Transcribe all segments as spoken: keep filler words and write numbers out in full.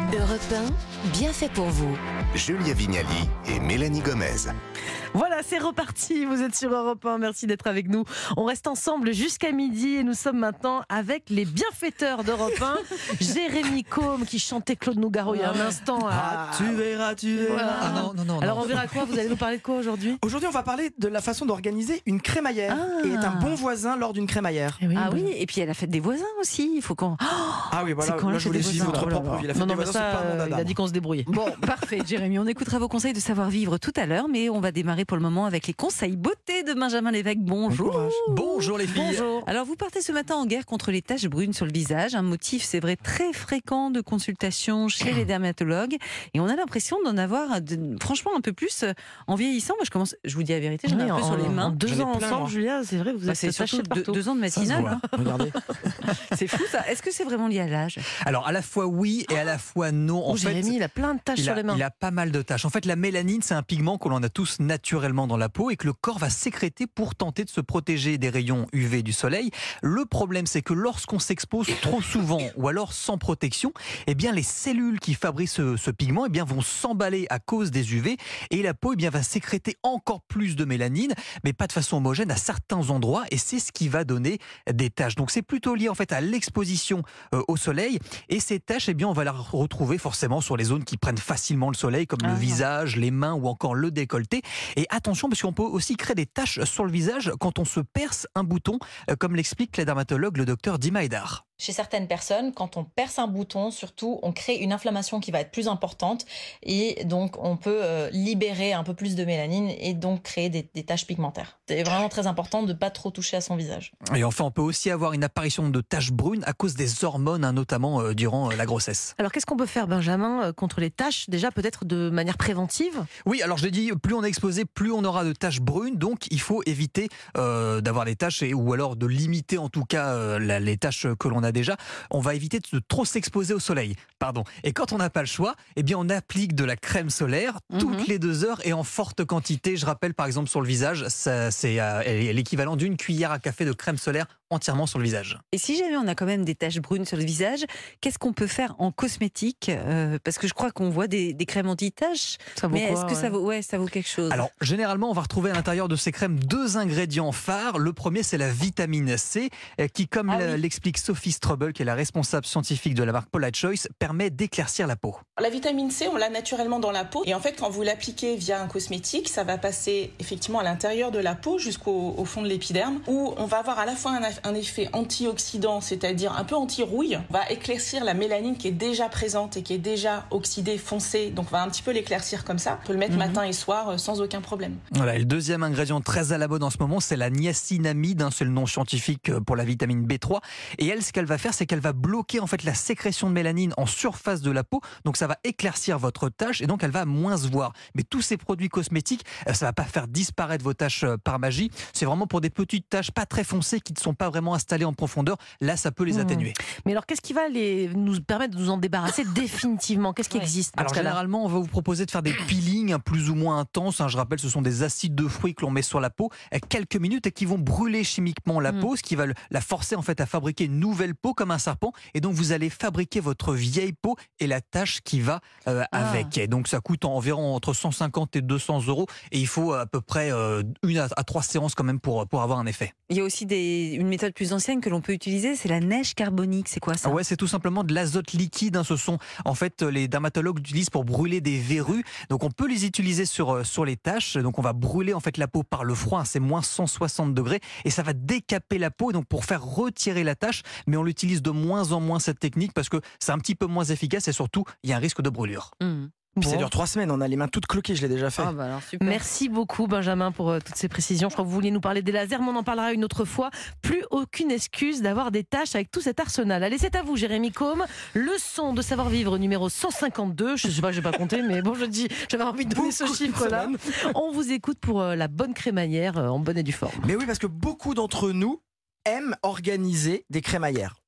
Europe un, bien fait pour vous. Julia Vignali et Mélanie Gomez. Voilà, c'est reparti, vous êtes sur Europe un, merci d'être avec nous. On reste ensemble jusqu'à midi et nous sommes maintenant avec les bienfaiteurs d'Europe un. Jérémy Combe qui chantait Claude Nougaro il y a un instant. À... Ah, tu verras, tu verras. Voilà. Ah, non, non, non, Alors non. on verra quoi, vous allez nous parler de quoi aujourd'hui? Aujourd'hui, on va parler de la façon d'organiser une crémaillère Ah. et être un bon voisin lors d'une crémaillère. Eh oui, Ah bah- oui, et puis il y a la fête des voisins aussi. Il faut qu'on. Oh Ah oui, voilà, C'est quand là la je fête voulais des suivre voisins. votre Oh là propre là. vie. La Non, fête non, des mais voisins, c'est ça, pas mon euh, dada. il a dit qu'on se débrouillait. Bon, parfait, Jérémy. On écoutera vos conseils de savoir-vivre tout à l'heure, mais on va démarrer pour le moment avec les conseils beauté de Benjamin Lévesque. Bonjour. Bon courage. Bonjour les filles. Bonjour. Alors, vous partez ce matin en guerre contre les taches brunes sur le visage, un motif, c'est vrai, très fréquent de consultation chez les dermatologues, et on a l'impression d'en avoir, de- franchement, un peu plus euh, en vieillissant. Moi, je commence, je vous dis la vérité, j'en ai Oui, un peu en, sur les en mains. deux J'en ai ans plein, ensemble, moi. Julia, c'est vrai, vous Bah, êtes c'est taché surtout deux, partout. deux ans de Ça se matinale. voit. hein. Regardez. C'est fou ça. Est-ce que c'est vraiment lié à l'âge? Alors à la fois oui et à la fois non. En Oh, fait, Jérémy, il a plein de taches il sur a, les mains. il a pas mal de taches. En fait, la mélanine, c'est un pigment que l'on a tous naturellement dans la peau et que le corps va sécréter pour tenter de se protéger des rayons U V du soleil. Le problème, c'est que lorsqu'on s'expose trop souvent ou alors sans protection, eh bien les cellules qui fabriquent ce, ce pigment, eh bien vont s'emballer à cause des U V et la peau, eh bien va sécréter encore plus de mélanine, mais pas de façon homogène à certains endroits, et c'est ce qui va donner des taches. Donc c'est plutôt lié en fait à l'exposition euh, au soleil, et ces taches, eh bien on va la retrouver forcément sur les zones qui prennent facilement le soleil, comme Ah. le visage, les mains ou encore le décolleté. Et attention, parce qu'on peut aussi créer des taches sur le visage quand on se perce un bouton, euh, comme l'explique la dermatologue, le docteur Dima Haidar. Chez certaines personnes, quand on perce un bouton, surtout, on crée une inflammation qui va être plus importante et donc on peut euh, libérer un peu plus de mélanine et donc créer des, des taches pigmentaires. C'est vraiment très important de ne pas trop toucher à son visage. Et enfin, on peut aussi avoir une apparition de taches brunes à cause des hormones, hein, notamment euh, durant euh, la grossesse. Alors qu'est-ce qu'on peut faire, Benjamin, euh, contre les taches? Déjà, peut-être de manière préventive? Oui, alors je l'ai dit, plus on est exposé, plus on aura de taches brunes, donc il faut éviter euh, d'avoir des taches, et, ou alors de limiter en tout cas euh, la- les taches que l'on a déjà. On va éviter de trop s'exposer au soleil, pardon. Et quand on n'a pas le choix, eh bien on applique de la crème solaire toutes Mhm. les deux heures et en forte quantité. Je rappelle par exemple sur le visage, ça, c'est euh, l'équivalent d'une cuillère à café de crème solaire entièrement sur le visage. Et si jamais on a quand même des taches brunes sur le visage, qu'est-ce qu'on peut faire en cosmétique? Euh, Parce que je crois qu'on voit des, des crèmes anti-taches. Ça vaut Mais quoi, est-ce que ouais. ça vaut, ouais, ça vaut quelque chose? Alors, généralement, on va retrouver à l'intérieur de ces crèmes deux ingrédients phares. Le premier, c'est la vitamine C, euh, qui, comme Ah le- oui. l'explique Sophie Strobel, qui est la responsable scientifique de la marque Polite Choice, permet d'éclaircir la peau. La vitamine C, on l'a naturellement dans la peau. Et en fait, quand vous l'appliquez via un cosmétique, ça va passer effectivement à l'intérieur de la peau jusqu'au au fond de l'épiderme, où on va avoir à la fois un, un effet antioxydant, c'est-à-dire un peu anti-rouille. On va éclaircir la mélanine qui est déjà présente et qui est déjà oxydée, foncée. Donc, on va un petit peu l'éclaircir comme ça. On peut le mettre Mhm. matin et soir euh, sans aucun problème. Voilà, et le deuxième ingrédient très à la mode en ce moment, c'est la niacinamide, hein, c'est le nom scientifique euh, pour la vitamine B trois. Et elle, ce qu'elle va faire, c'est qu'elle va bloquer en fait la sécrétion de mélanine en surface de la peau. Donc ça va éclaircir votre tache et donc elle va moins se voir. Mais tous ces produits cosmétiques, euh, ça va pas faire disparaître vos taches euh, par magie. C'est vraiment pour des petites taches pas très foncées qui ne sont pas vraiment installées en profondeur. Là, ça peut les Mmh. atténuer. Mais alors, qu'est-ce qui va les, nous permettre de nous en débarrasser définitivement? Qu'est-ce qui Ouais. existe dans Alors ce cas-là? généralement, on va vous proposer de faire des peelings hein, plus ou moins intenses. hein. Je rappelle, ce sont des acides de fruits que l'on met sur la peau euh, quelques minutes et qui vont brûler chimiquement la Mm. peau, ce qui va le- la forcer en fait à fabriquer une nouvelle peau comme un serpent. Et donc vous allez fabriquer votre vieille peau et la tache qui va euh, Ah. avec. Et donc ça coûte environ entre cent cinquante et deux cents euros et il faut à peu près euh, une à, à trois séances quand même pour pour avoir un effet. Il y a aussi des, une méthode plus ancienne que l'on peut utiliser, c'est la neige carbonique. C'est quoi ça? Ouais, c'est tout simplement de l'azote liquide. hein. Ce sont en fait les dermatologues utilisent pour brûler des verrues. Donc on peut les utiliser sur euh, sur les taches. Donc on va brûler en fait la peau par le froid. hein. C'est moins cent soixante degrés et ça va décaper la peau. Et donc pour faire retirer la tache, mais on l'utilise de moins en moins cette technique parce que c'est un petit peu moins efficace et surtout il y a un risque de brûlure. Mmh. Puis ça Bon. dure trois semaines, on a les mains toutes cloquées, je l'ai déjà fait. Ah bah alors super. Merci beaucoup, Benjamin, pour euh, toutes ces précisions. Je crois que vous vouliez nous parler des lasers, mais on en parlera une autre fois. Plus aucune excuse d'avoir des tâches avec tout cet arsenal. Allez, c'est à vous, Jérémy Combe. Leçon de savoir-vivre numéro cent cinquante-deux. Je ne sais pas, je vais pas compter, mais bon, je dis, j'avais envie de donner ce Beaucoup de chiffre-là. semaines. On vous écoute pour euh, la bonne crémaillère euh, en bonne et due forme. Mais oui, parce que beaucoup d'entre nous aiment organiser des crémaillères.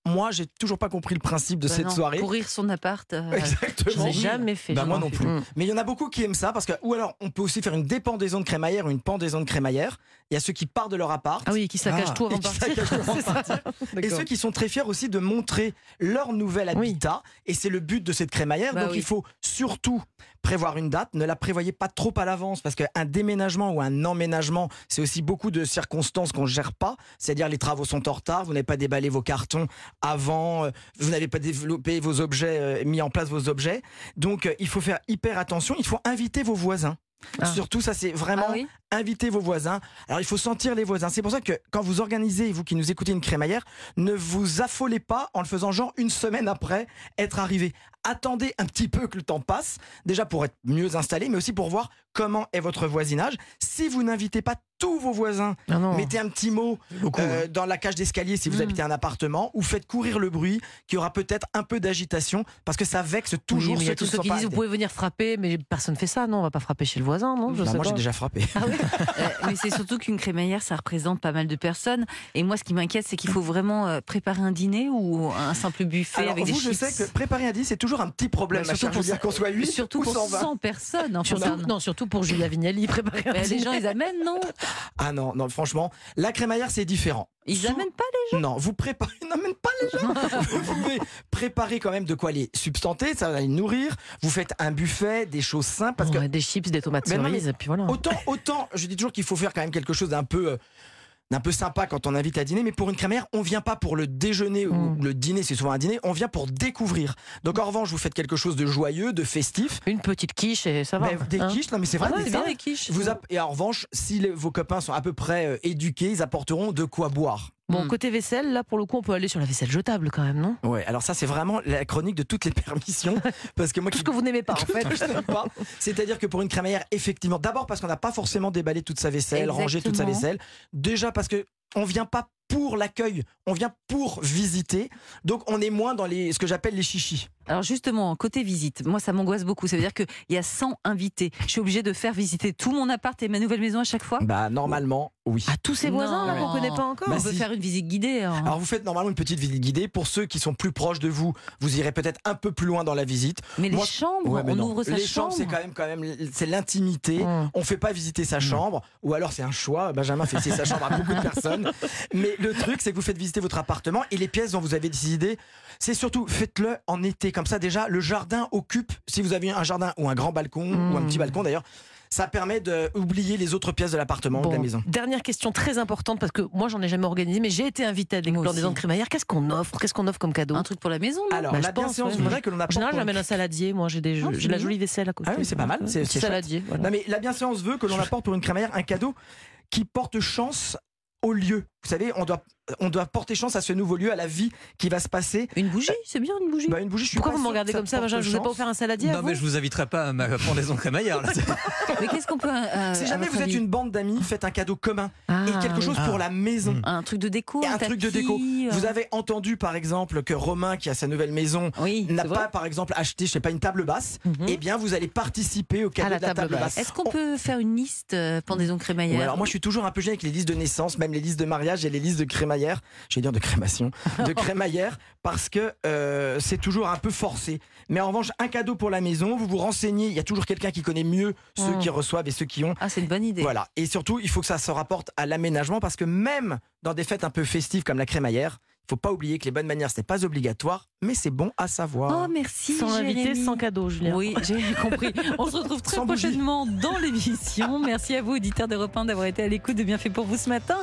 moi, j'ai toujours pas compris le principe de Bah cette non, soirée. Pourrir son appart. euh, Je Exactement. l'ai jamais fait. Bah, je moi m'en non fais. plus. Mm. Mais il y en a beaucoup qui aiment ça parce que, ou alors on peut aussi faire une dépendaison de crémaillère ou une pendaison de crémaillère. Il y a ceux qui partent de leur appart. Ah oui, qui saccagent Ah. tout avant Et de qui partir. saccagent tout avant de C'est ça. partir. Et D'accord. ceux qui sont très fiers aussi de montrer leur nouvel Oui. habitat. Et c'est le but de cette crémaillère. Bah Donc oui. il faut surtout prévoir une date. Ne la prévoyez pas trop à l'avance parce qu'un déménagement ou un emménagement, c'est aussi beaucoup de circonstances qu'on ne gère pas. C'est-à-dire les travaux sont en retard, vous n'avez pas déballé vos cartons avant, euh, vous n'avez pas développé vos objets, euh, mis en place vos objets. Donc euh, il faut faire hyper attention. Il faut inviter vos voisins. Ah. Surtout, ça c'est vraiment Ah oui inviter vos voisins. Alors il faut sentir les voisins. C'est pour ça que quand vous organisez, vous qui nous écoutez une crémaillère, ne vous affolez pas en le faisant genre une semaine après être arrivé. Attendez un petit peu que le temps passe, déjà pour être mieux installé, mais aussi pour voir comment est votre voisinage. Si vous n'invitez pas tous vos voisins, Ah non. mettez un petit mot Beaucoup, euh, dans la cage d'escalier si vous Mm. habitez un appartement, ou faites courir le bruit, qu'il y aura peut-être un peu d'agitation, parce que ça vexe toujours Oui, mais il y ceux a tous qui ne ceux sont qui pas disent vous arrêtés. pouvez venir frapper, mais personne fait ça, non, on va pas frapper chez le voisin, non, je Bah, sais moi pas. j'ai déjà frappé. Ah oui. Euh, mais c'est surtout qu'une crémaillère, ça représente pas mal de personnes. Et moi, ce qui m'inquiète, c'est qu'il faut vraiment euh, préparer un dîner ou un simple buffet Alors avec vous, des je chips. sais que préparer un dîner, c'est toujours un petit problème, Bah, ma surtout chère pour Julia, ça- qu'on soit huit Surtout ou pour cent vingt. cent personnes. Enfin, Surtout, non, surtout pour Julia Vignali, préparer un bah, les dîner. gens, ils amènent, non Ah non, non, franchement, la crémaillère, c'est différent. Ils Sou- amènent pas Non, vous préparez, n'amène pas les gens. Vous pouvez préparer quand même de quoi les substanter, ça va les nourrir. Vous faites un buffet, des choses simples, parce que Ouais, des chips, des tomates Mais non, cerises, mais et puis voilà. autant, autant, je dis toujours qu'il faut faire quand même quelque chose d'un peu, euh, d'un peu sympa quand on invite à dîner, mais pour une crémaillère, on vient pas pour le déjeuner ou Mm. le dîner, c'est souvent un dîner, on vient pour découvrir. Donc en revanche, vous faites quelque chose de joyeux, de festif. Une petite quiche et ça va. Mais des hein. quiches, non mais c'est vrai, Ah ouais, c'est c'est ça. bien les quiches. Vous app- et en revanche, si les- vos copains sont à peu près euh, éduqués, ils apporteront de quoi boire. Bon, Mm. côté vaisselle, là, pour le coup, on peut aller sur la vaisselle jetable quand même, non? Ouais, alors ça c'est vraiment la chronique de toutes les permissions, parce que moi Tout qui ce que vous n'aimez pas, en fait. je n'aime pas. C'est-à-dire que pour une crémaillère, effectivement, d'abord parce qu'on n'a pas forcément déballé toute sa vaisselle, rangé toute sa Exactement. vaisselle. Déjà parce que on vient pas pour l'accueil, on vient pour visiter. Donc on est moins dans les, ce que j'appelle les chichis. Alors justement, côté visite, moi ça m'angoisse beaucoup. Ça veut dire qu'il y a cent invités. Je suis obligée de faire visiter tout mon appart et ma nouvelle maison à chaque fois. Bah normalement, oui. À tous ces voisins, là, Non. qu'on connaît pas encore. Bah, On peut si. faire une visite guidée. hein. Alors vous faites normalement une petite visite guidée. Pour ceux qui sont plus proches de vous, vous irez peut-être un peu plus loin dans la visite. mais les moi- chambres, Ouais, mais on non. ouvre sa les chambre. chambres, c'est quand même, quand même, c'est l'intimité. Mmh. On fait pas visiter sa chambre, ou alors c'est un choix. Benjamin fait visiter sa chambre à beaucoup de personnes. Mais le truc, c'est que vous faites visiter votre appartement et les pièces dont vous avez décidé, c'est surtout faites-le en été. Comme ça, déjà, le jardin occupe. Si vous avez un jardin ou un grand balcon Mmh. ou un petit balcon d'ailleurs, ça permet d'oublier les autres pièces de l'appartement ou de la Bon, maison. dernière question très importante parce que moi j'en ai jamais organisé, mais j'ai été invitée à des Moi plantaisons aussi. de crémaillère. Qu'est-ce qu'on offre Qu'est-ce qu'on offre comme cadeau? Un truc pour la maison, non Alors, Bah, je la pense, bienséance ouais. voudrait que l'on En apporte. général, pour une- j'amène un saladier. Moi, j'ai des, Ah, j'ai c'est de la bien. jolie vaisselle à côté. Ah oui, c'est pas mal, c'est- Un c'est petit chouette. saladier. Voilà. Non mais la bienséance veut que l'on apporte pour une crémaillère un cadeau qui porte chance au lieu. Vous savez, on doit, on doit porter chance à ce nouveau lieu, à la vie qui va se passer. Une bougie, c'est bien une bougie. Bah, une bougie, je suis Pourquoi pas vous me sûr regardez que comme ça, porte Benjamin? Je vous ai pas chance. offert un saladier à Non, vous mais je vous inviterai pas à ma pendaison crémaillère. Là. Mais qu'est-ce qu'on peut. euh, Si à jamais votre vous êtes avis une bande d'amis, faites un cadeau commun Ah, et quelque chose oui. pour Ah. la maison. Un truc de déco, Et un truc de déco. tapis, euh. Vous avez entendu par exemple que Romain, qui a sa nouvelle maison, Oui, n'a c'est vrai. pas par exemple acheté, je sais pas, une table basse. Mhm. Eh bien, vous allez participer au cadeau À la de la table table basse. basse. Est-ce qu'on On- peut faire une liste euh, pendaison crémaillère? Ouais, alors moi je suis toujours un peu gêné avec les listes de naissance, même les listes de mariage et les listes de crémaillère. Je vais dire de crémation, de crémaillère, parce que euh, c'est toujours un peu forcé. Mais en revanche, un cadeau pour la maison, vous vous renseignez, il y a toujours quelqu'un qui connaît mieux ceux Mm. qui reçoivent et ceux qui ont. Ah, c'est une bonne idée. Voilà. Et surtout, il faut que ça se rapporte à l'aménagement, parce que même dans des fêtes un peu festives comme la crémaillère, il faut pas oublier que les bonnes manières, ce n'est pas obligatoire, mais c'est bon à savoir. Oh, merci. Sans invité, Jérémy. sans cadeau, Julien. Oui, j'ai compris. On se retrouve très Sans bougie. prochainement dans l'émission. Merci à vous, auditeurs d'Europe un, d'avoir été à l'écoute de Bienfait pour vous ce matin.